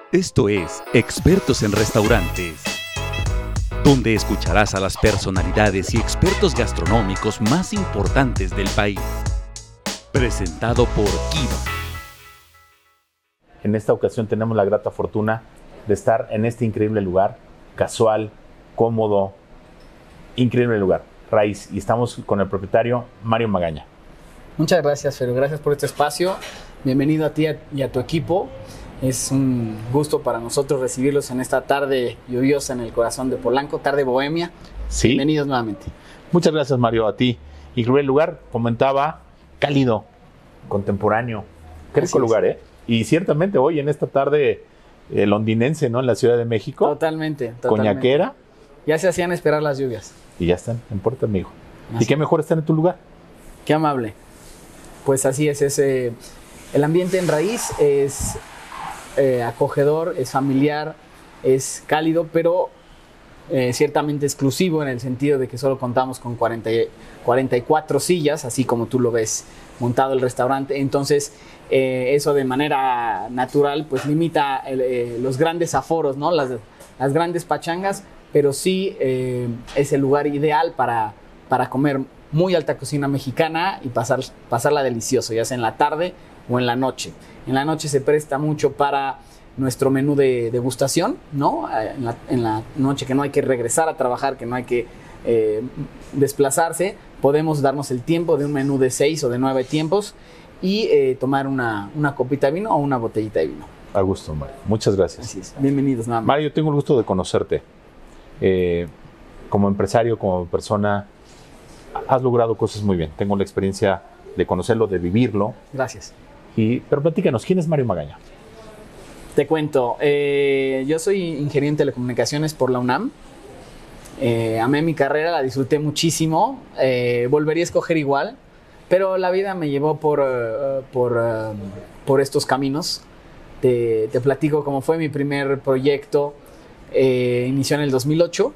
Esto es Expertos en Restaurantes, donde escucharás a las personalidades y expertos gastronómicos más importantes del país. Presentado por Kiva. En esta ocasión tenemos la grata fortuna de estar en este increíble lugar, casual, cómodo, increíble lugar, Raíz. Y estamos con el propietario Mario Magaña. Muchas gracias, Fer. Gracias por este espacio. Bienvenido a ti y a tu equipo. Es un gusto para nosotros recibirlos en esta tarde lluviosa en el corazón de Polanco, tarde bohemia. Sí. Bienvenidos nuevamente. Muchas gracias, Mario, a ti. Increíble lugar, comentaba, cálido, contemporáneo. Qué rico lugar, ¿eh? Y ciertamente hoy en esta tarde londinense, ¿no? En la Ciudad de México. Totalmente. Coñaquera. Ya se hacían esperar las lluvias. Y ya están en puerta, amigo. Así. ¿Y qué mejor estar en tu lugar? Qué amable. Pues así es. El ambiente en Raíz es acogedor, es familiar, es cálido, pero ciertamente exclusivo en el sentido de que solo contamos con 44 sillas, así como tú lo ves montado el restaurante. Entonces eso de manera natural pues limita los grandes aforos, ¿no? Las grandes pachangas, pero sí es el lugar ideal para comer muy alta cocina mexicana y pasarla delicioso, ya sea en la tarde o en la noche. En la noche se presta mucho para nuestro menú de degustación, ¿no? En la noche que no hay que regresar a trabajar, que no hay que desplazarse, podemos darnos el tiempo de un menú de 6 o de 9 tiempos y tomar una copita de vino o una botellita de vino. A gusto, Mario. Muchas gracias. Así es. Bienvenidos nuevamente. Mario, tengo el gusto de conocerte. Como empresario, como persona, has logrado cosas muy bien. Tengo la experiencia de conocerlo, de vivirlo. Gracias. Pero platícanos, ¿quién es Mario Magaña? Te cuento, yo soy ingeniero en telecomunicaciones por la UNAM. Amé mi carrera, la disfruté muchísimo. Volvería a escoger igual, pero la vida me llevó por estos caminos. Te platico cómo fue mi primer proyecto. Inició en el 2008,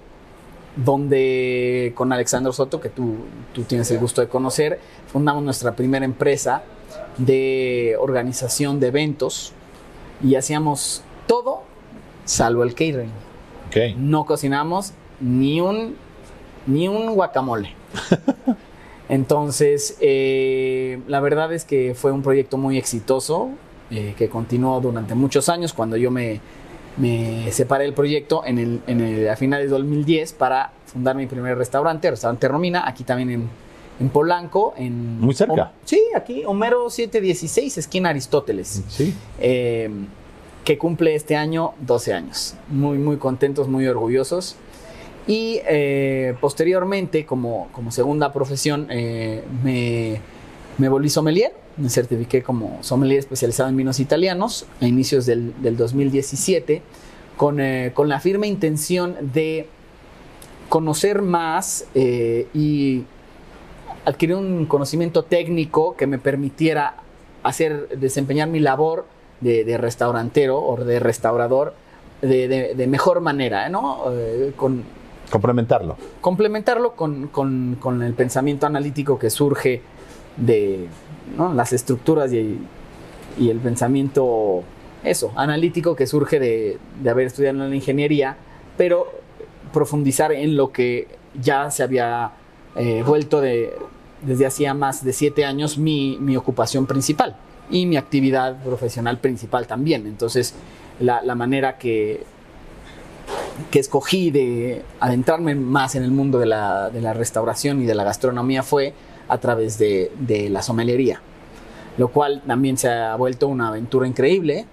donde con Alexandro Soto, que tú tienes el gusto de conocer, fundamos nuestra primera empresa de organización de eventos y hacíamos todo salvo el catering. Okay. No cocinamos ni un guacamole. Entonces, la verdad es que fue un proyecto muy exitoso que continuó durante muchos años. Cuando yo me separé del proyecto a finales de 2010 para fundar mi primer restaurante Romina, aquí también en Polanco. Muy cerca. Sí, aquí, Homero 716, esquina Aristóteles. Sí. Que cumple este año 12 años. Muy, muy contentos, muy orgullosos. Y posteriormente, como segunda profesión, me volví sommelier. Me certifiqué como sommelier especializado en vinos italianos a inicios del 2017 con la firme intención de conocer más y adquirir un conocimiento técnico que me permitiera desempeñar mi labor de restaurantero o de restaurador de mejor manera, ¿no? Complementarlo. Complementarlo con el pensamiento analítico que surge de, ¿no? Las estructuras y el pensamiento analítico que surge de haber estudiado en la ingeniería, pero profundizar en lo que ya se había vuelto desde hacía más de 7 años mi ocupación principal y mi actividad profesional principal también. Entonces la manera que escogí de adentrarme más en el mundo de la restauración y de la gastronomía fue a través de la sommelería, lo cual también se ha vuelto una aventura increíble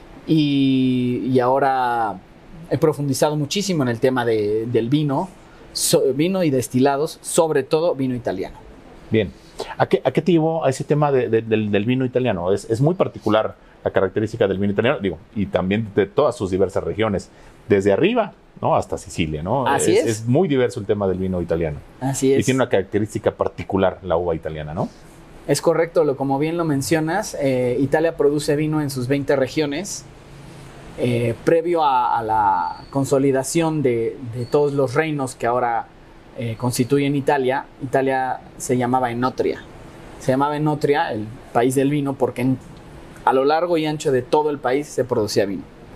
y ahora he profundizado muchísimo en el tema del vino, vino y destilados, sobre todo vino italiano. Bien, ¿a qué te llevó a ese tema del vino italiano? Es muy particular la característica del vino italiano, y también de todas sus diversas regiones, desde arriba, ¿no? Hasta Sicilia, ¿no? Así es. Es muy diverso el tema del vino italiano. Así es. Y tiene una característica particular la uva italiana, ¿no? Es correcto, como bien lo mencionas, Italia produce vino en sus 20 regiones. Previo a la consolidación de todos los reinos que ahora constituyen Italia se llamaba Enotria. Se llamaba Enotria, el país del vino, porque a lo largo y ancho de todo el país se producía vino.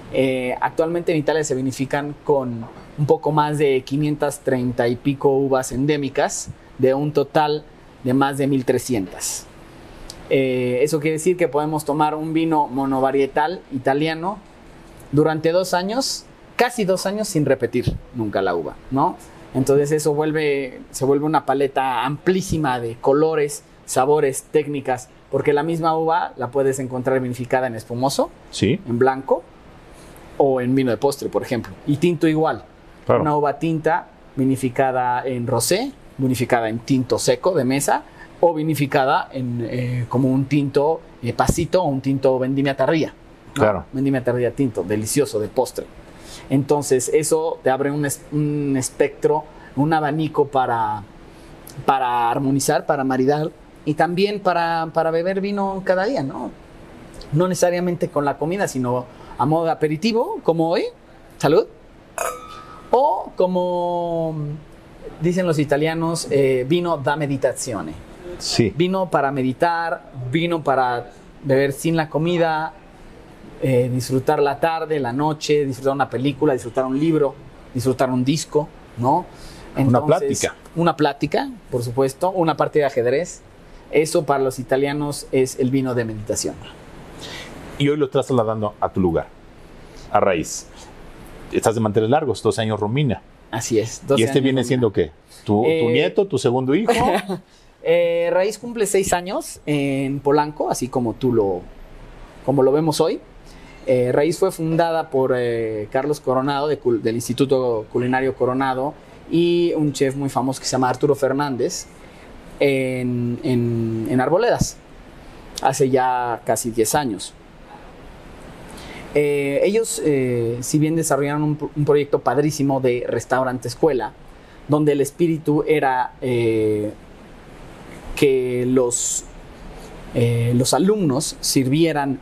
Actualmente en Italia se vinifican con un poco más de 530 y pico uvas endémicas, de un total de más de 1.300. Eso quiere decir que podemos tomar un vino monovarietal italiano durante 2 años, casi 2 años, sin repetir nunca la uva, ¿no? Entonces eso se vuelve una paleta amplísima de colores, sabores, técnicas, porque la misma uva la puedes encontrar vinificada en espumoso, Sí. en blanco o en vino de postre, por ejemplo. Y tinto igual. Claro. Una uva tinta vinificada en rosé, vinificada en tinto seco de mesa o vinificada como un tinto pasito o un tinto vendimia tardía. ¿no? Claro. Vendimia tardía tinto, delicioso, de postre. Entonces eso te abre un espectro, un abanico para armonizar, para maridar y también para beber vino cada día, ¿no? No necesariamente con la comida, sino a modo de aperitivo, como hoy, salud, o como dicen los italianos, vino da meditazione. Sí. Vino para meditar, vino para beber sin la comida, disfrutar la tarde, la noche, disfrutar una película, disfrutar un libro, disfrutar un disco, ¿no? Una plática. Una plática, por supuesto, una partida de ajedrez. Eso para los italianos es el vino de meditación. Y hoy lo estás trasladando a tu lugar, a Raíz. Estás de manteles largos, 12 años Romina. Así es. ¿Y este viene siendo qué? ¿Tu nieto, tu segundo hijo? Raíz cumple 6 años en Polanco, así como como lo vemos hoy. Raíz fue fundada por Carlos Coronado del Instituto Culinario Coronado y un chef muy famoso que se llama Arturo Fernández en Arboledas, hace ya casi 10 años. Ellos, si bien desarrollaron un proyecto padrísimo de restaurante escuela, donde el espíritu era que los alumnos sirvieran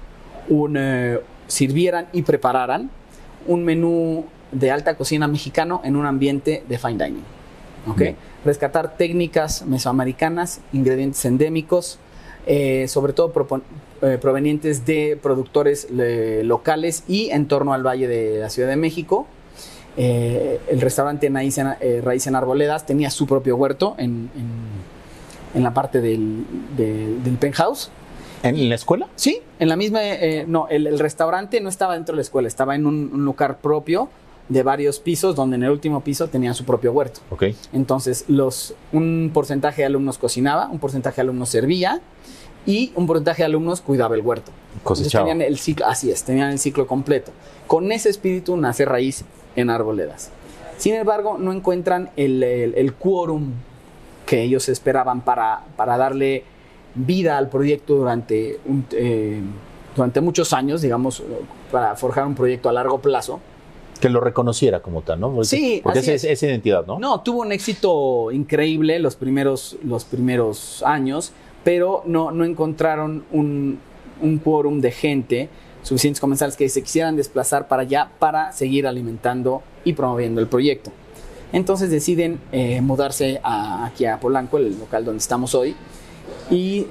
y prepararan un menú de alta cocina mexicano en un ambiente de fine dining. ¿Okay? Rescatar técnicas mesoamericanas, ingredientes endémicos, sobre todo provenientes de productores locales y en torno al Valle de la Ciudad de México. El restaurante Raíz en Arboledas tenía su propio huerto en la parte del penthouse. ¿En la escuela? Sí, en la misma... no, el restaurante no estaba dentro de la escuela, estaba en un lugar propio de varios pisos, donde en el último piso tenían su propio huerto. Okay. Entonces, un porcentaje de alumnos cocinaba, un porcentaje de alumnos servía y un porcentaje de alumnos cuidaba el huerto. Cosechaba. Tenían el ciclo, así es, tenían el ciclo completo. Con ese espíritu nace Raíz en Arboledas. Sin embargo, no encuentran el quórum que ellos esperaban para darle vida al proyecto durante muchos años, digamos, para forjar un proyecto a largo plazo. Que lo reconociera como tal, ¿no? Porque, Sí, porque así es identidad, ¿no? No, tuvo un éxito increíble los primeros años, pero no encontraron un quórum de gente, suficientes comensales que se quisieran desplazar para allá para seguir alimentando y promoviendo el proyecto. Entonces deciden mudarse aquí a Polanco, el local donde estamos hoy, y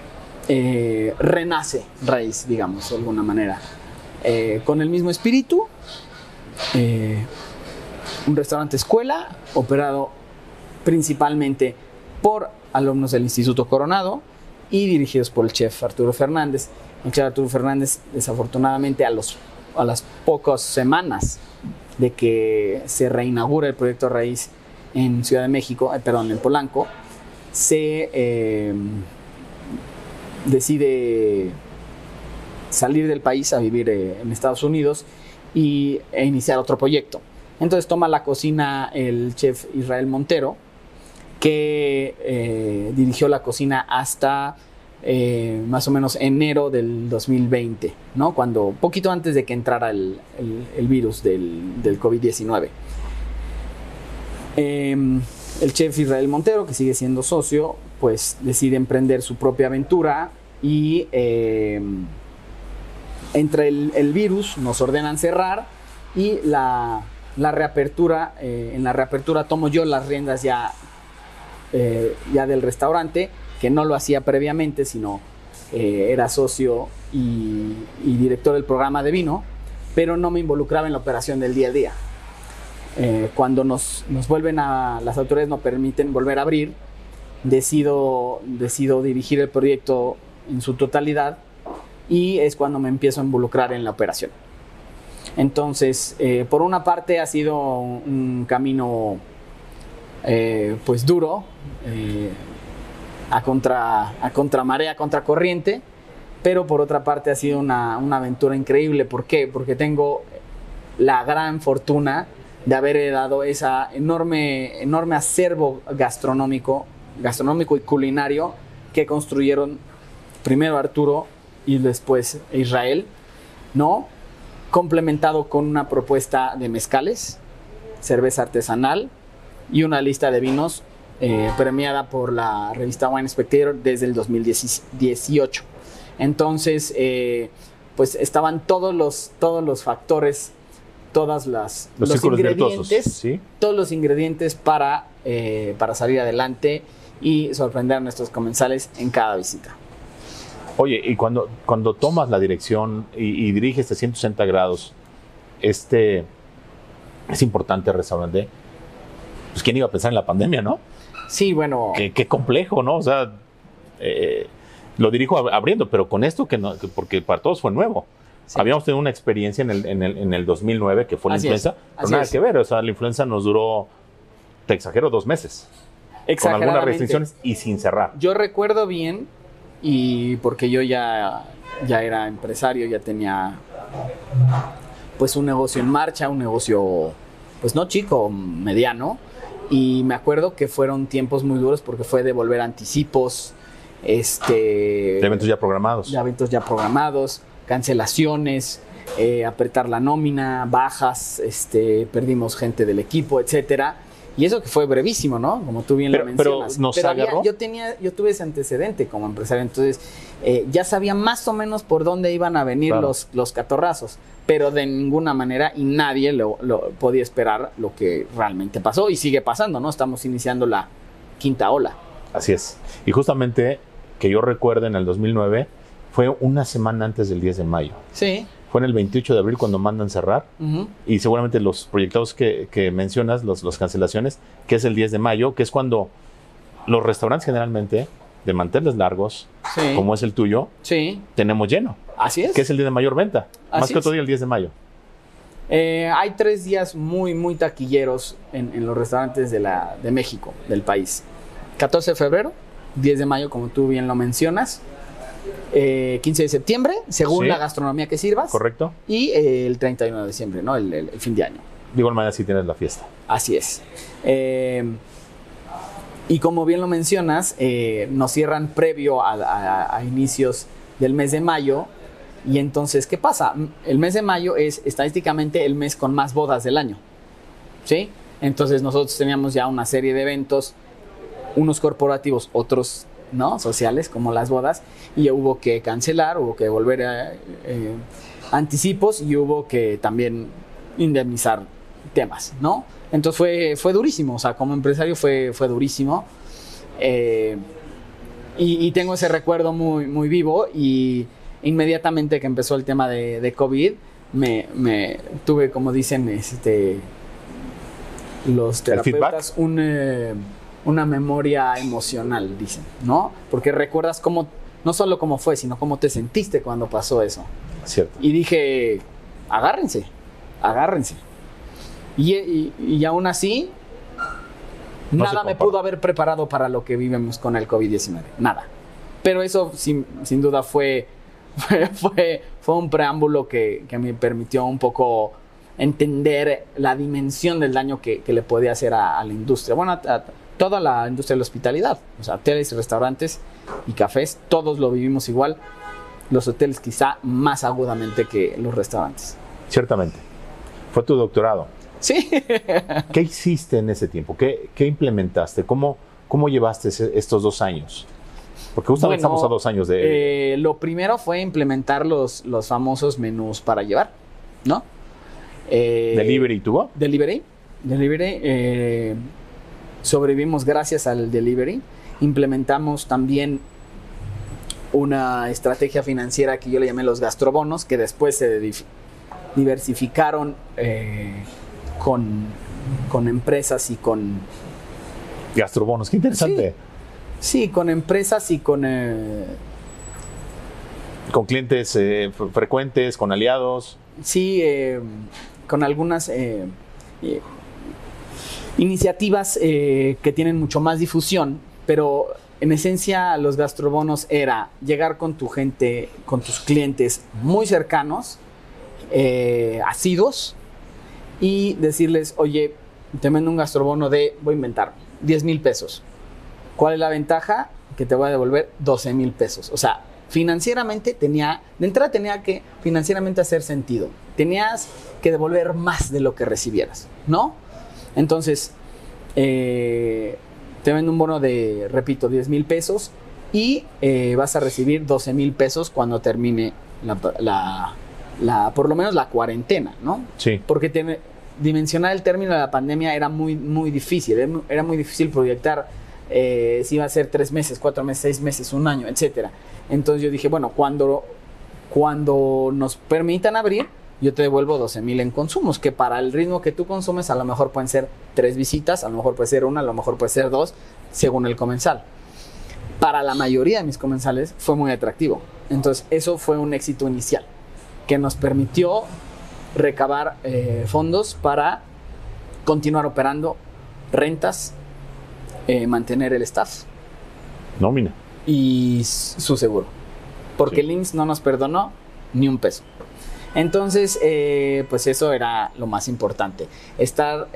renace Raíz, digamos, de alguna manera, con el mismo espíritu. Un restaurante escuela operado principalmente por alumnos del Instituto Coronado y dirigidos por el chef Arturo Fernández. El chef Arturo Fernández, desafortunadamente, a las pocas semanas de que se reinaugura el proyecto Raíz en Ciudad de México, en Polanco, se decide salir del país a vivir en Estados Unidos e iniciar otro proyecto. Entonces toma la cocina el chef Israel Montero, que dirigió la cocina hasta más o menos enero del 2020, ¿no? Poquito antes de que entrara el virus del COVID-19. El chef Israel Montero, que sigue siendo socio, pues decide emprender su propia aventura y entre el virus nos ordenan cerrar y la reapertura, en la reapertura tomo yo las riendas ya del restaurante, que no lo hacía previamente, sino era socio y director del programa de vino. pero no me involucraba en la operación del día a día. Cuando nos vuelven las autoridades no permiten volver a abrir, decido dirigir el proyecto en su totalidad y es cuando me empiezo a involucrar en la operación. Entonces, por una parte ha sido un camino pues duro, a contramarea, a contracorriente, pero por otra parte ha sido una aventura increíble. ¿Por qué? Porque tengo la gran fortuna de haber heredado ese enorme acervo gastronómico y culinario que construyeron primero Arturo y después Israel, ¿no? Complementado con una propuesta de mezcales, cerveza artesanal y una lista de vinos premiada por la revista Wine Spectator desde el 2018. Entonces, pues estaban todos los factores, los ingredientes, ¿sí? Todos los ingredientes para salir adelante y sorprender a nuestros comensales en cada visita. Oye, y cuando tomas la dirección y diriges de 160 grados es importante restaurante, pues quién iba a pensar en la pandemia, ¿no? Sí, bueno. Qué complejo, ¿no? O sea, lo dirijo abriendo, pero con esto porque para todos fue nuevo. Sí. Habíamos tenido una experiencia en el 2009 que fue la influenza, pero nada que ver, o sea, la influenza nos duró, te exagero, 2 meses. Con algunas restricciones y sin cerrar. Yo recuerdo bien, y porque yo ya era empresario, ya tenía pues un negocio en marcha, un negocio pues no chico, mediano, y me acuerdo que fueron tiempos muy duros porque fue devolver anticipos, de eventos ya programados, cancelaciones, apretar la nómina, bajas, perdimos gente del equipo, etcétera. Y eso que fue brevísimo, ¿no? Como tú bien lo mencionas. Pero nos agarró. Yo tuve ese antecedente como empresario, entonces ya sabía más o menos por dónde iban a venir los catorrazos, pero de ninguna manera y nadie lo podía esperar lo que realmente pasó y sigue pasando, ¿no? Estamos iniciando la 5ª ola. Así es. Y justamente que yo recuerdo en el 2009 fue una semana antes del 10 de mayo. Sí. Fue en el 28 de abril cuando mandan cerrar. Uh-huh. Y seguramente los proyectados que mencionas, las cancelaciones, que es el 10 de mayo, que es cuando los restaurantes generalmente, de manteles largos, sí, como es el tuyo, sí, tenemos lleno. Así es. Que es el día de mayor venta. Así más que otro día, el 10 de mayo. Hay 3 días muy, muy taquilleros en los restaurantes de México, del país. 14 de febrero, 10 de mayo, como tú bien lo mencionas. 15 de septiembre, según la gastronomía que sirvas. Correcto. Y el 31 de diciembre, ¿no? El fin de año. De igual manera, sí tienes la fiesta. Así es. Y como bien lo mencionas, nos cierran previo a inicios del mes de mayo. Y entonces, ¿qué pasa? El mes de mayo es estadísticamente el mes con más bodas del año, ¿sí? Entonces nosotros teníamos ya una serie de eventos, unos corporativos, otros no sociales, como las bodas, y hubo que cancelar, hubo que volver a anticipos y hubo que también indemnizar temas, ¿no? Entonces fue durísimo, o sea, como empresario fue durísimo, y tengo ese recuerdo muy, muy vivo. Y inmediatamente que empezó el tema de COVID, me tuve, como dicen los terapeutas, una memoria emocional, dicen, ¿no? Porque recuerdas no solo cómo fue, sino cómo te sentiste cuando pasó eso. Cierto. Y dije, agárrense. Y aún así, nada me pudo haber preparado para lo que vivimos con el COVID-19. Nada. Pero eso, sin duda, fue un preámbulo que me permitió un poco entender la dimensión del daño que le podía hacer a la industria. Bueno, a toda la industria de la hospitalidad. O sea, hoteles, restaurantes y cafés, todos lo vivimos igual. Los hoteles quizá más agudamente que los restaurantes. Ciertamente. Fue tu doctorado. Sí. ¿Qué hiciste en ese tiempo? ¿Qué implementaste? ¿Cómo llevaste estos 2 años? Porque justamente estamos a 2 años de... lo primero fue implementar los famosos menús para llevar, ¿no? ¿Delivery tuvo? Delivery. Sobrevivimos gracias al delivery. Implementamos también una estrategia financiera que yo le llamé los gastrobonos, que después diversificaron con empresas y con... Gastrobonos, qué interesante. Sí, con empresas y con clientes frecuentes, con aliados. Sí, con algunas iniciativas que tienen mucho más difusión, pero en esencia los gastrobonos era llegar con tu gente, con tus clientes muy cercanos, asiduos, y decirles, oye, te vendo un gastrobono de, voy a inventar, 10,000 pesos. ¿Cuál es la ventaja? Que te voy a devolver 12,000 pesos. O sea, financieramente de entrada tenía que financieramente hacer sentido. Tenías que devolver más de lo que recibieras, ¿no? Entonces, te vendo un bono de, repito, 10,000 pesos y vas a recibir 12,000 pesos cuando termine por lo menos la cuarentena, ¿no? Sí. Porque dimensionar el término de la pandemia era muy, muy difícil. Era muy difícil proyectar si iba a ser 3 meses, 4 meses, 6 meses, un año, etcétera. Entonces yo dije, bueno, cuando nos permitan abrir, yo te devuelvo 12,000 en consumos, que para el ritmo que tú consumes a lo mejor pueden ser 3 visitas, a lo mejor puede ser 1, a lo mejor puede ser 2, según el comensal. Para la mayoría de mis comensales fue muy atractivo. Entonces eso fue un éxito inicial, que nos permitió recabar fondos para continuar operando, rentas, mantener el staff. Nómina. Y su seguro. Porque el IMSS no nos perdonó ni un peso. Entonces, pues eso era lo más importante. Estar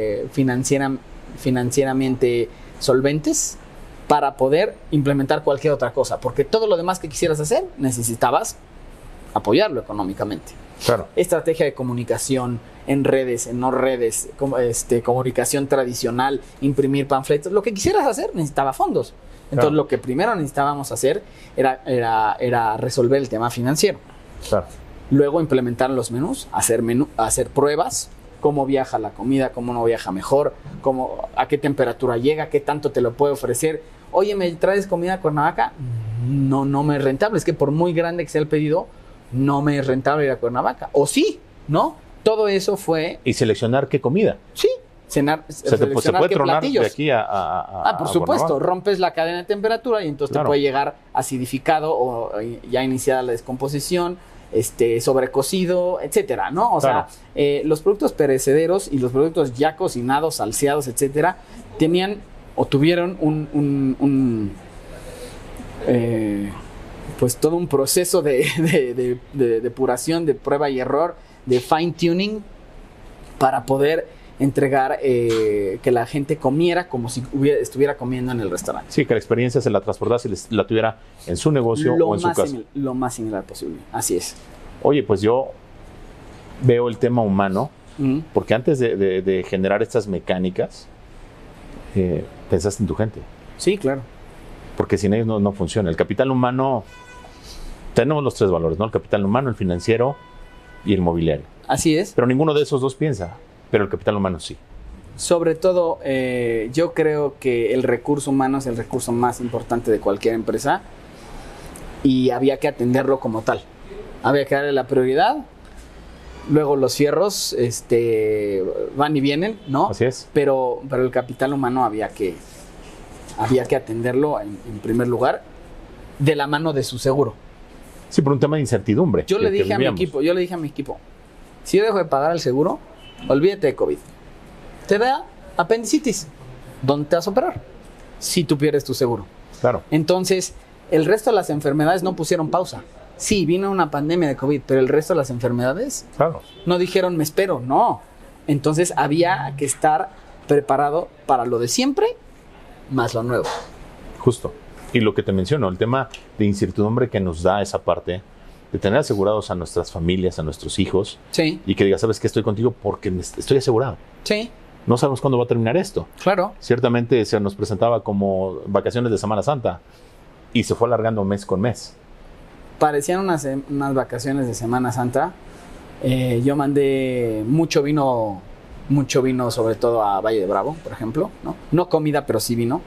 financieramente solventes para poder implementar cualquier otra cosa. Porque todo lo demás que quisieras hacer, necesitabas apoyarlo económicamente. Claro. Estrategia de comunicación en redes, en no redes, comunicación tradicional, imprimir panfletos, lo que quisieras hacer necesitaba fondos. Entonces, lo que primero necesitábamos hacer era resolver el tema financiero. Claro. Luego implementar los menús, hacer pruebas, cómo viaja la comida, cómo no viaja mejor, a qué temperatura llega, qué tanto te lo puede ofrecer. Oye, ¿me traes comida a Cuernavaca? No me es rentable. Es que por muy grande que sea el pedido, no me es rentable ir a Cuernavaca. O sí, ¿no? Todo eso fue... ¿Y seleccionar qué comida? Sí. Se puede tronar platillos. De aquí por supuesto, Cuernavaca. Rompes la cadena de temperatura y entonces te puede llegar acidificado o ya iniciada la descomposición, sobrecocido, etcétera, ¿no? O sea, los productos perecederos y los productos ya cocinados, salseados, etcétera, tenían o tuvieron pues todo un proceso de depuración, de prueba y error, de fine tuning para poder entregar que la gente comiera como si estuviera comiendo en el restaurante. Sí, que la experiencia se la transportase y la tuviera en su negocio o en su casa. Lo más similar posible, así es. Oye, pues yo veo el tema humano, porque antes de generar estas mecánicas, pensaste en tu gente. Sí, claro. Porque sin ellos no funciona. El capital humano, tenemos los 3 valores, ¿no? El capital humano, el financiero y el mobiliario. Así es. Pero ninguno de esos 2 piensa. Pero el capital humano sí. Sobre todo, yo creo que el recurso humano es el recurso más importante de cualquier empresa y había que atenderlo como tal. Había que darle la prioridad. Luego los fierros van y vienen, ¿no? Así es. Pero el capital humano había que atenderlo en primer lugar de la mano de su seguro. Sí, por un tema de incertidumbre. Yo le dije a mi equipo, si yo dejo de pagar el seguro, olvídate de COVID. Te da apendicitis. ¿Dónde te vas a operar? Si tú pierdes tu seguro. Claro. Entonces, el resto de las enfermedades no pusieron pausa. Sí, vino una pandemia de COVID, pero el resto de las enfermedades no dijeron me espero, no. Entonces, había que estar preparado para lo de siempre, más lo nuevo. Justo. Y lo que te menciono, el tema de incertidumbre que nos da esa parte de tener asegurados a nuestras familias, a nuestros hijos. Sí. Y que digas, ¿sabes qué? Estoy contigo porque estoy asegurado. Sí. No sabemos cuándo va a terminar esto. Claro. Ciertamente se nos presentaba como vacaciones de Semana Santa y se fue alargando mes con mes. Parecían unas vacaciones de Semana Santa. Yo mandé mucho vino sobre todo a Valle de Bravo, por ejemplo, ¿no? No comida, pero sí vino.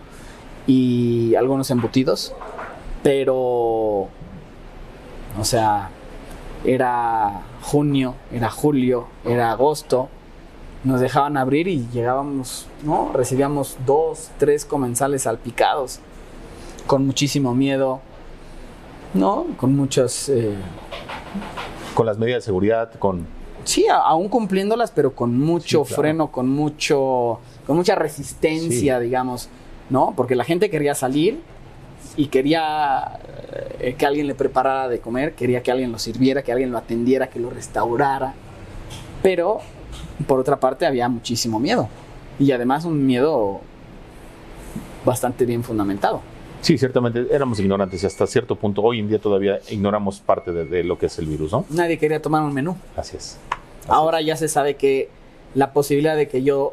Y algunos embutidos. Pero... O sea, era junio, era julio, era agosto, nos dejaban abrir y llegábamos, ¿no? Recibíamos 2, 3 comensales salpicados, con muchísimo miedo, ¿no? Con muchos... Con las medidas de seguridad, con... Sí, aún cumpliéndolas, pero con mucho freno, con mucha resistencia, digamos, ¿no? Porque la gente quería salir y quería que alguien le preparara de comer, quería que alguien lo sirviera, que alguien lo atendiera, que lo restaurara. Pero, por otra parte, había muchísimo miedo. Y además un miedo bastante bien fundamentado. Sí, ciertamente éramos ignorantes y hasta cierto punto hoy en día todavía ignoramos parte de lo que es el virus, ¿no? Nadie quería tomar un menú. Así es. Ahora ya se sabe que la posibilidad de que yo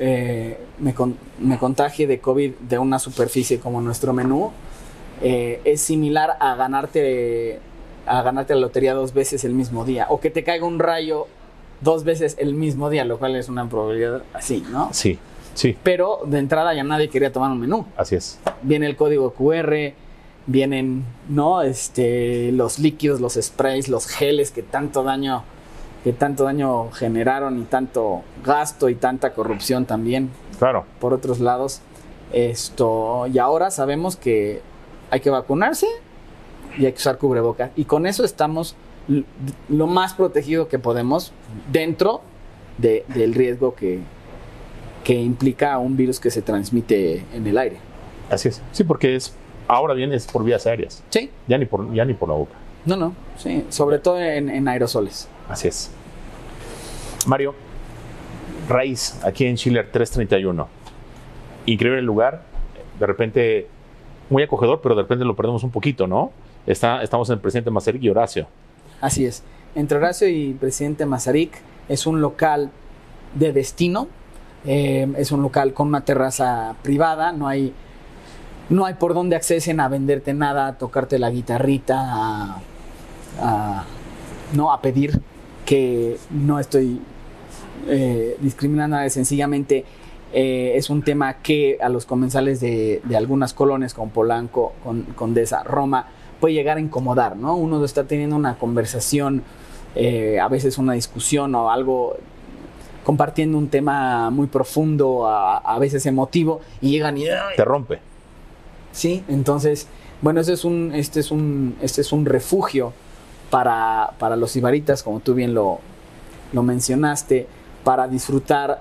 me contagie de COVID de una superficie como nuestro menú es similar a ganarte la lotería 2 veces el mismo día, o que te caiga un rayo 2 veces el mismo día, lo cual es una probabilidad así, ¿no? Sí, sí. Pero de entrada ya nadie quería tomar un menú. Así es. Viene el código QR, vienen, ¿no? Los líquidos, los sprays, los geles que tanto daño generaron y tanto gasto y tanta corrupción también. Claro. Por otros lados. Y ahora sabemos que hay que vacunarse y hay que usar cubrebocas. Y con eso estamos lo más protegido que podemos dentro del riesgo que implica un virus que se transmite en el aire. Así es. Sí, porque ahora bien es por vías aéreas. Sí. Ya ni por la boca. No, sí. Sobre todo en aerosoles. Así es. Mario, Raíz, aquí en Schiller 331. Increíble el lugar. De repente, muy acogedor, pero de repente lo perdemos un poquito, ¿no? Estamos en el Presidente Mazarik y Horacio. Así es. Entre Horacio y Presidente Mazarik es un local de destino. Es un local con una terraza privada. No hay por dónde accesen a venderte nada, a tocarte la guitarrita, a pedir, que no estoy discriminando nada, sencillamente es un tema que a los comensales de algunas colonias como Polanco, Condesa, Roma, puede llegar a incomodar, ¿no? Uno está teniendo una conversación, a veces una discusión o algo, compartiendo un tema muy profundo, a veces emotivo, y llegan y... Te rompe. Sí, entonces, bueno, este es un refugio para los sibaritas, como tú bien lo mencionaste, para disfrutar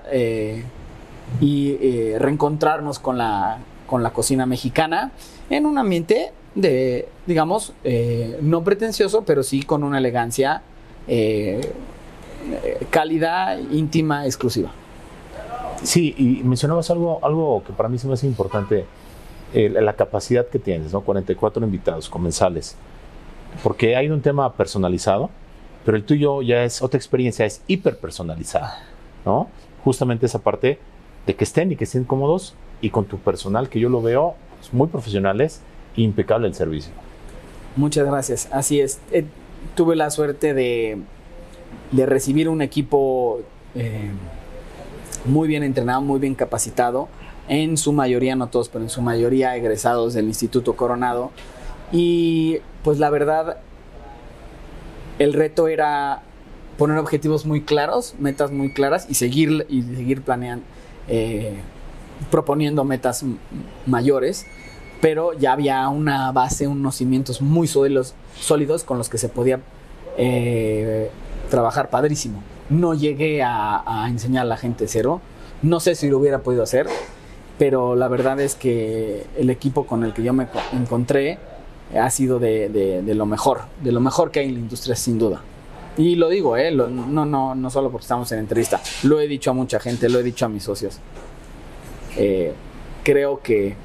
y reencontrarnos con la cocina mexicana en un ambiente de, digamos, no pretencioso, pero sí con una elegancia cálida, íntima, exclusiva. Sí, y mencionabas algo que para mí se me hace importante, la capacidad que tienes, ¿no? 44 invitados comensales, porque hay un tema personalizado, pero el tuyo ya es otra experiencia, es hiperpersonalizada, ¿no? Justamente esa parte de que estén cómodos, y con tu personal, que yo lo veo muy profesionales, impecable el servicio. Muchas gracias, así es. Tuve la suerte de recibir un equipo muy bien entrenado, muy bien capacitado, en su mayoría, no todos, pero en su mayoría egresados del Instituto Coronado. Y pues la verdad, el reto era poner objetivos muy claros, metas muy claras, y seguir planeando, proponiendo metas mayores, pero ya había una base, unos cimientos muy sólidos con los que se podía trabajar padrísimo. No llegué a enseñar a la gente cero, no sé si lo hubiera podido hacer, pero la verdad es que el equipo con el que yo me encontré ha sido de lo mejor que hay en la industria, sin duda. Y lo digo, no solo porque estamos en entrevista, lo he dicho a mucha gente, lo he dicho a mis socios. Creo que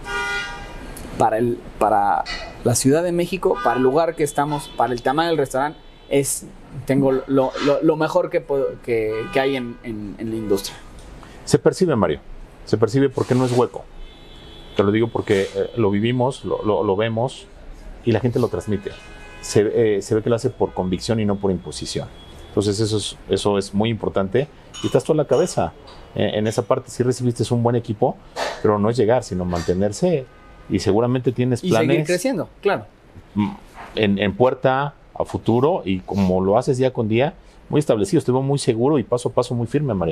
para la Ciudad de México, para el lugar que estamos, para el tamaño del restaurante, tengo lo mejor que hay en la industria. Se percibe, Mario, se percibe porque no es hueco. Te lo digo porque lo vivimos, lo vemos, y la gente lo transmite. Se ve que lo hace por convicción y no por imposición. Entonces eso es muy importante, y estás tú a la cabeza en esa parte. Sí recibiste un buen equipo, pero no es llegar, sino mantenerse, y seguramente tienes planes. Y seguir creciendo, claro. En puerta, a futuro y como lo haces día con día, muy establecido. Estuvo muy seguro y paso a paso muy firme, Mario.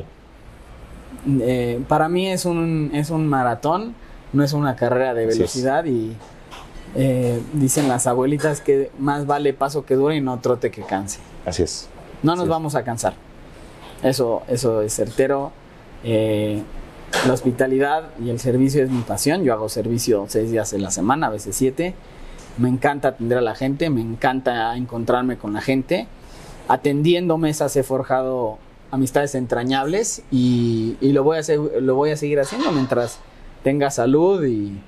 Para mí es un maratón, no es una carrera de velocidad y dicen las abuelitas que más vale paso que dure y no trote que canse. Así es. No nos vamos a cansar. Eso es certero. La hospitalidad y el servicio es mi pasión. Yo hago servicio 6 días en la semana, a veces 7. Me encanta atender a la gente, me encanta encontrarme con la gente. Atendiendo mesas he forjado amistades entrañables y lo voy a seguir haciendo mientras tenga salud y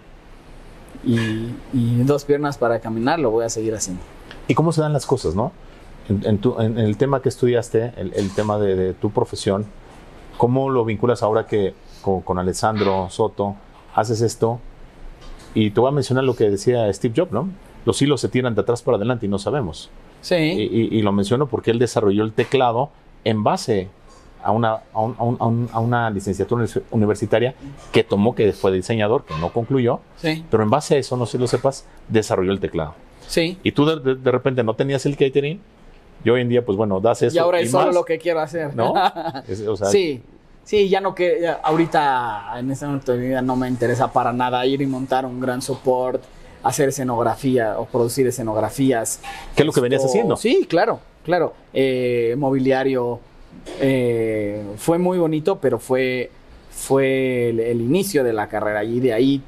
2 piernas para caminar, lo voy a seguir haciendo. ¿Y cómo se dan las cosas, no? En el tema que estudiaste, el tema de tu profesión, ¿cómo lo vinculas ahora que con Alessandro Soto haces esto? Y te voy a mencionar lo que decía Steve Jobs, ¿no? Los hilos se tiran de atrás para adelante y no sabemos. Sí. Y lo menciono porque él desarrolló el teclado en base a una licenciatura universitaria que tomó, que fue diseñador, que no concluyó, Sí. pero en base a eso, no sé si lo sepas, desarrolló el teclado. Sí. Y tú de repente no tenías el catering, y hoy en día, pues bueno, das eso Y ahora es solo más, lo que quiero hacer. ¿no? O sea, Sí, ya no que ahorita en este momento de mi vida no me interesa para nada ir y montar un gran support, hacer escenografía o producir escenografías. ¿qué es lo que venías haciendo? Sí, claro. Mobiliario fue muy bonito, pero fue el inicio de la carrera y de ahí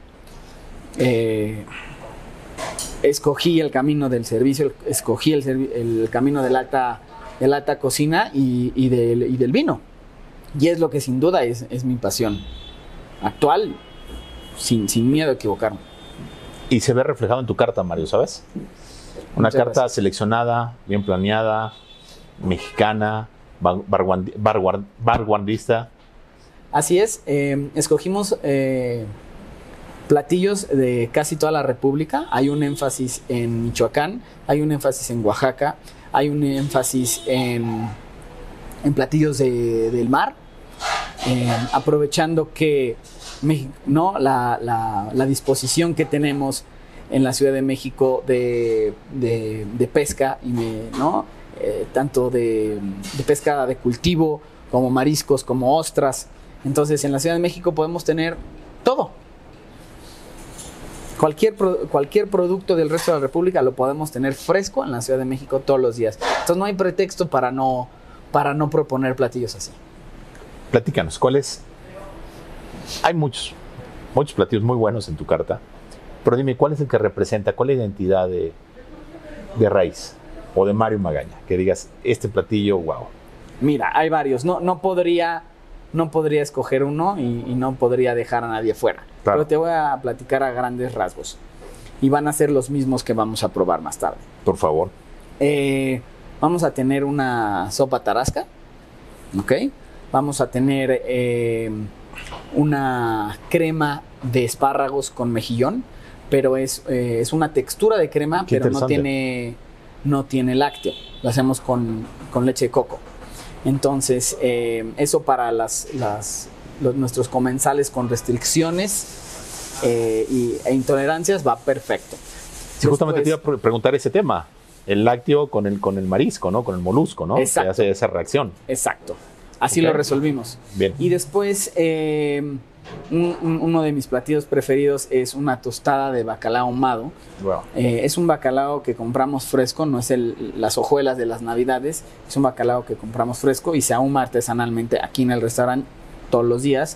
escogí el camino del servicio, escogí el camino de la alta cocina y del vino. Y es lo que sin duda es mi pasión actual, sin miedo a equivocarme. Y se ve reflejado en tu carta, Mario, ¿sabes? Una Muchas carta gracias. seleccionada, bien planeada, mexicana, vanguardista. Así es, escogimos platillos de casi toda la República. Hay un énfasis en Michoacán, hay un énfasis en Oaxaca, hay un énfasis en platillos del mar, aprovechando que ¿no? la disposición que tenemos en la Ciudad de México de pesca, ¿no? Tanto de pesca de cultivo como mariscos, como ostras. Entonces en la Ciudad de México podemos tener todo. Cualquier producto del resto de la República lo podemos tener fresco en la Ciudad de México todos los días. Entonces no hay pretexto para no proponer platillos así. Platícanos, ¿cuáles? Hay muchos platillos muy buenos en tu carta, pero dime, ¿cuál es el que representa, cuál es la identidad de Raíz o de Mario Magaña? Que digas, este platillo, wow. Mira, hay varios. No podría escoger uno y no podría dejar a nadie fuera. Claro. Pero te voy a platicar a grandes rasgos. Y van a ser los mismos que vamos a probar más tarde. Por favor. Vamos a tener una sopa tarasca. ¿Ok? Vamos a tener una crema de espárragos con mejillón. Pero es una textura de crema, Qué pero no tiene lácteo. Lo hacemos con leche de coco. Entonces, eso para nuestros comensales con restricciones e intolerancias va perfecto. Sí, justamente te iba a preguntar ese tema. El lácteo con el marisco, ¿no? Con el molusco, ¿no? Exacto. Que hace esa reacción. Exacto. Así Ok. lo resolvimos. Bien. Y después, uno de mis platillos preferidos es una tostada de bacalao ahumado. Wow. Es un bacalao que compramos fresco, no es las hojuelas de las navidades, es un bacalao que compramos fresco y se ahuma artesanalmente aquí en el restaurante todos los días.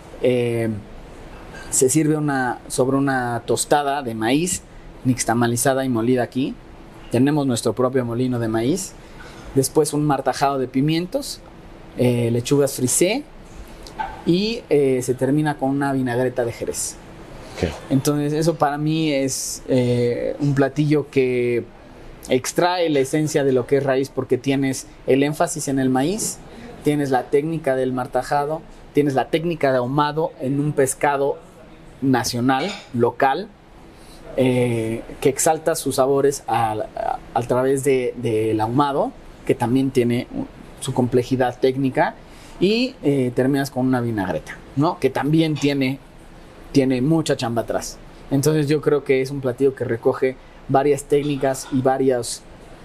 Se sirve sobre una tostada de maíz nixtamalizada y molida aquí. Tenemos nuestro propio molino de maíz. Después un martajado de pimientos, lechugas frisé y se termina con una vinagreta de Jerez. Okay. Entonces eso para mí es un platillo que extrae la esencia de lo que es raíz, porque tienes el énfasis en el maíz, tienes la técnica del martajado, tienes la técnica de ahumado en un pescado nacional, local, que exalta sus sabores a través del ahumado, que también tiene su complejidad técnica, y terminas con una vinagreta, ¿no? Que también tiene mucha chamba atrás. Entonces yo creo que es un platillo que recoge varias técnicas y varios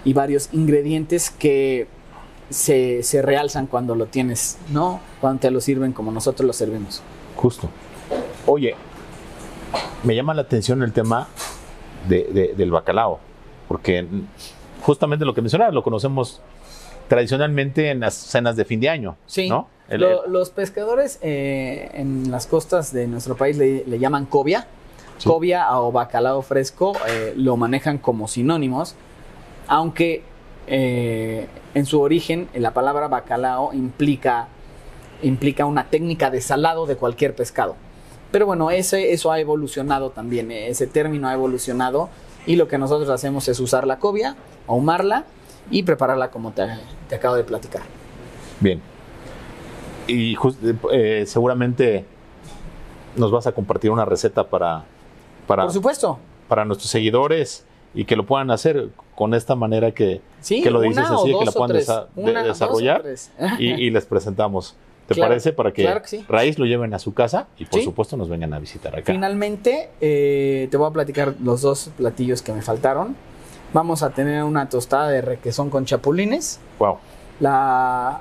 y varios ingredientes que se realzan cuando lo tienes, ¿no? Cuando te lo sirven como nosotros lo servimos. Justo. Oye, me llama la atención el tema del bacalao, porque justamente lo que mencionabas lo conocemos tradicionalmente en las cenas de fin de año. Sí, ¿no? Los pescadores en las costas de nuestro país le llaman cobia. Sí. Cobia o bacalao fresco lo manejan como sinónimos, aunque en su origen la palabra bacalao implica una técnica de salado de cualquier pescado. Pero bueno, eso ha evolucionado también, ese término ha evolucionado, y lo que nosotros hacemos es usar la cobia, ahumarla y prepararla como te acabo de platicar. Bien. Y seguramente nos vas a compartir una receta para Por supuesto. para nuestros seguidores y que lo puedan hacer con esta manera que lo dices así, que la puedan desarrollar y les presentamos. ¿Te parece? Para que, claro que sí. Raíz lo lleven a su casa y por supuesto nos vengan a visitar acá. Finalmente, te voy a platicar los 2 platillos que me faltaron. Vamos a tener una tostada de requesón con chapulines. Wow. La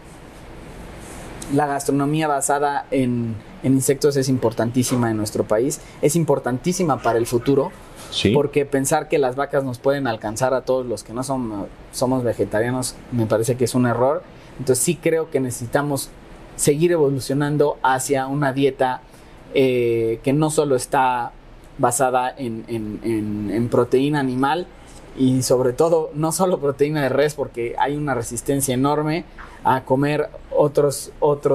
gastronomía basada en insectos es importantísima en nuestro país. Es importantísima para el futuro. Sí. Porque pensar que las vacas nos pueden alcanzar a todos los que no somos vegetarianos me parece que es un error. Entonces sí creo que necesitamos seguir evolucionando hacia una dieta que no solo está basada en proteína animal, y sobre todo no solo proteína de res, porque hay una resistencia enorme a comer otros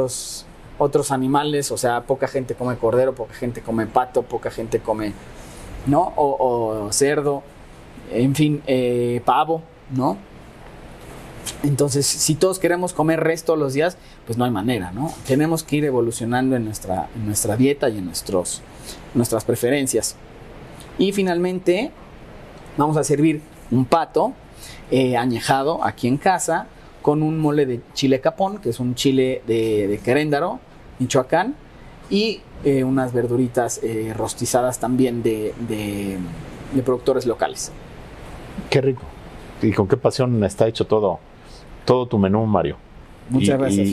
animales. O sea, poca gente come cordero, poca gente come pato, poca gente come, ¿no? O cerdo, en fin, pavo, ¿no? Entonces, si todos queremos comer res todos los días, pues no hay manera, ¿no? Tenemos que ir evolucionando en nuestra dieta y en nuestras preferencias. Y finalmente, vamos a servir un pato añejado aquí en casa con un mole de chile capón, que es un chile de Queréndaro, Michoacán, y unas verduritas rostizadas también de productores locales. Qué rico. Y con qué pasión está hecho todo tu menú, Mario. Muchas gracias.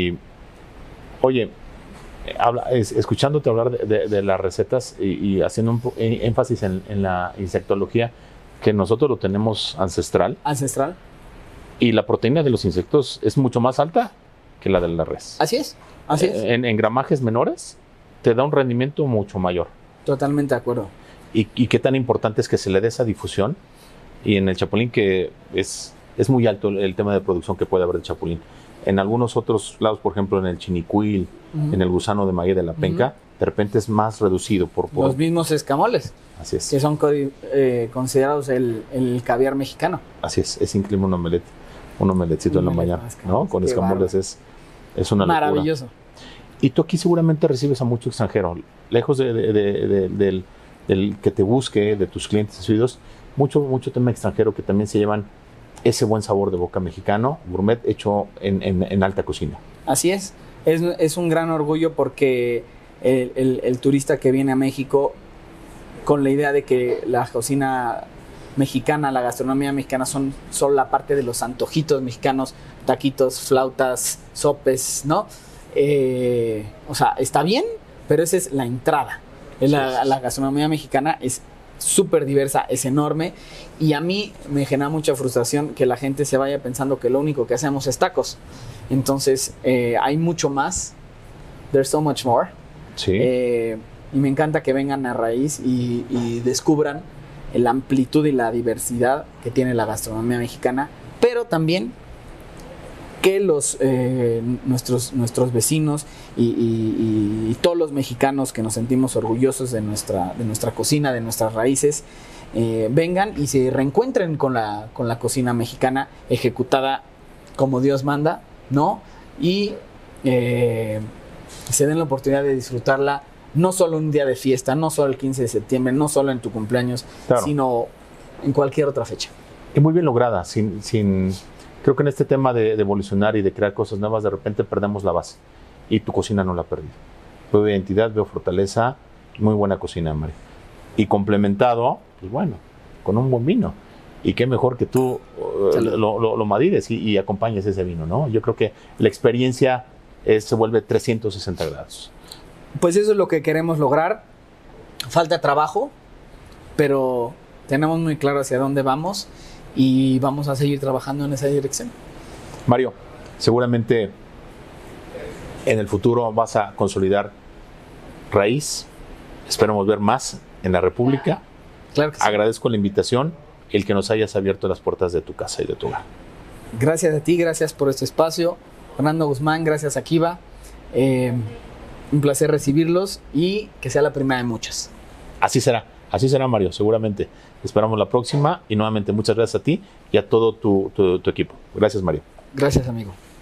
Oye, escuchándote hablar de las recetas y haciendo un énfasis en la insectología, que nosotros lo tenemos ancestral. Ancestral. Y la proteína de los insectos es mucho más alta que la de la res. Así es. Así es. En gramajes menores te da un rendimiento mucho mayor. Totalmente de acuerdo. Y qué tan importante es que se le dé esa difusión. Y en el chapulín, que es muy alto el tema de producción que puede haber de chapulín. En algunos otros lados, por ejemplo, en el chinicuil, en el gusano de maguey de la penca, de repente es más reducido por los mismos escamoles. Así es. Que son considerados el caviar mexicano. Así es increíble un omeletcito en la mañana, ¿no? Con escamoles es una locura. Maravilloso. Y tú aquí seguramente recibes a mucho extranjero, lejos del que te busque, de tus clientes suidos, mucho tema extranjero que también se llevan ese buen sabor de boca mexicano, gourmet, hecho en alta cocina. Así es. Es un gran orgullo porque el turista que viene a México con la idea de que la cocina mexicana, la gastronomía mexicana son solo la parte de los antojitos mexicanos, taquitos, flautas, sopes, ¿no? O sea, está bien, pero esa es la entrada. La gastronomía mexicana es súper diversa, es enorme, y a mí me genera mucha frustración que la gente se vaya pensando que lo único que hacemos es tacos. Entonces, hay mucho más. There's so much more. Sí. Y me encanta que vengan a Raíz y descubran la amplitud y la diversidad que tiene la gastronomía mexicana, pero también que nuestros vecinos y todos los mexicanos que nos sentimos orgullosos de nuestra cocina, de nuestras raíces, vengan y se reencuentren con la cocina mexicana ejecutada como Dios manda, ¿no? Y se den la oportunidad de disfrutarla no solo un día de fiesta, no solo el 15 de septiembre, no solo en tu cumpleaños, claro, sino en cualquier otra fecha. Y muy bien lograda, creo que en este tema de evolucionar y de crear cosas nuevas, de repente perdemos la base, y tu cocina no la ha perdido. Veo identidad, veo fortaleza, muy buena cocina, Mario. Y complementado, pues bueno, con un buen vino. Y qué mejor que tú lo madires y acompañes ese vino, ¿no? Yo creo que la experiencia se vuelve 360 grados. Pues eso es lo que queremos lograr. Falta trabajo, pero tenemos muy claro hacia dónde vamos y vamos a seguir trabajando en esa dirección. Mario, seguramente en el futuro vas a consolidar Raíz. Esperamos ver más en la República. Claro que sí. Agradezco la invitación, el que nos hayas abierto las puertas de tu casa y de tu hogar. Gracias a ti, gracias por este espacio. Fernando Guzmán, gracias a Kiva. Un placer recibirlos y que sea la primera de muchas. Así será, Mario, seguramente. Esperamos la próxima y nuevamente muchas gracias a ti y a todo tu equipo. Gracias, Mario. Gracias, amigo.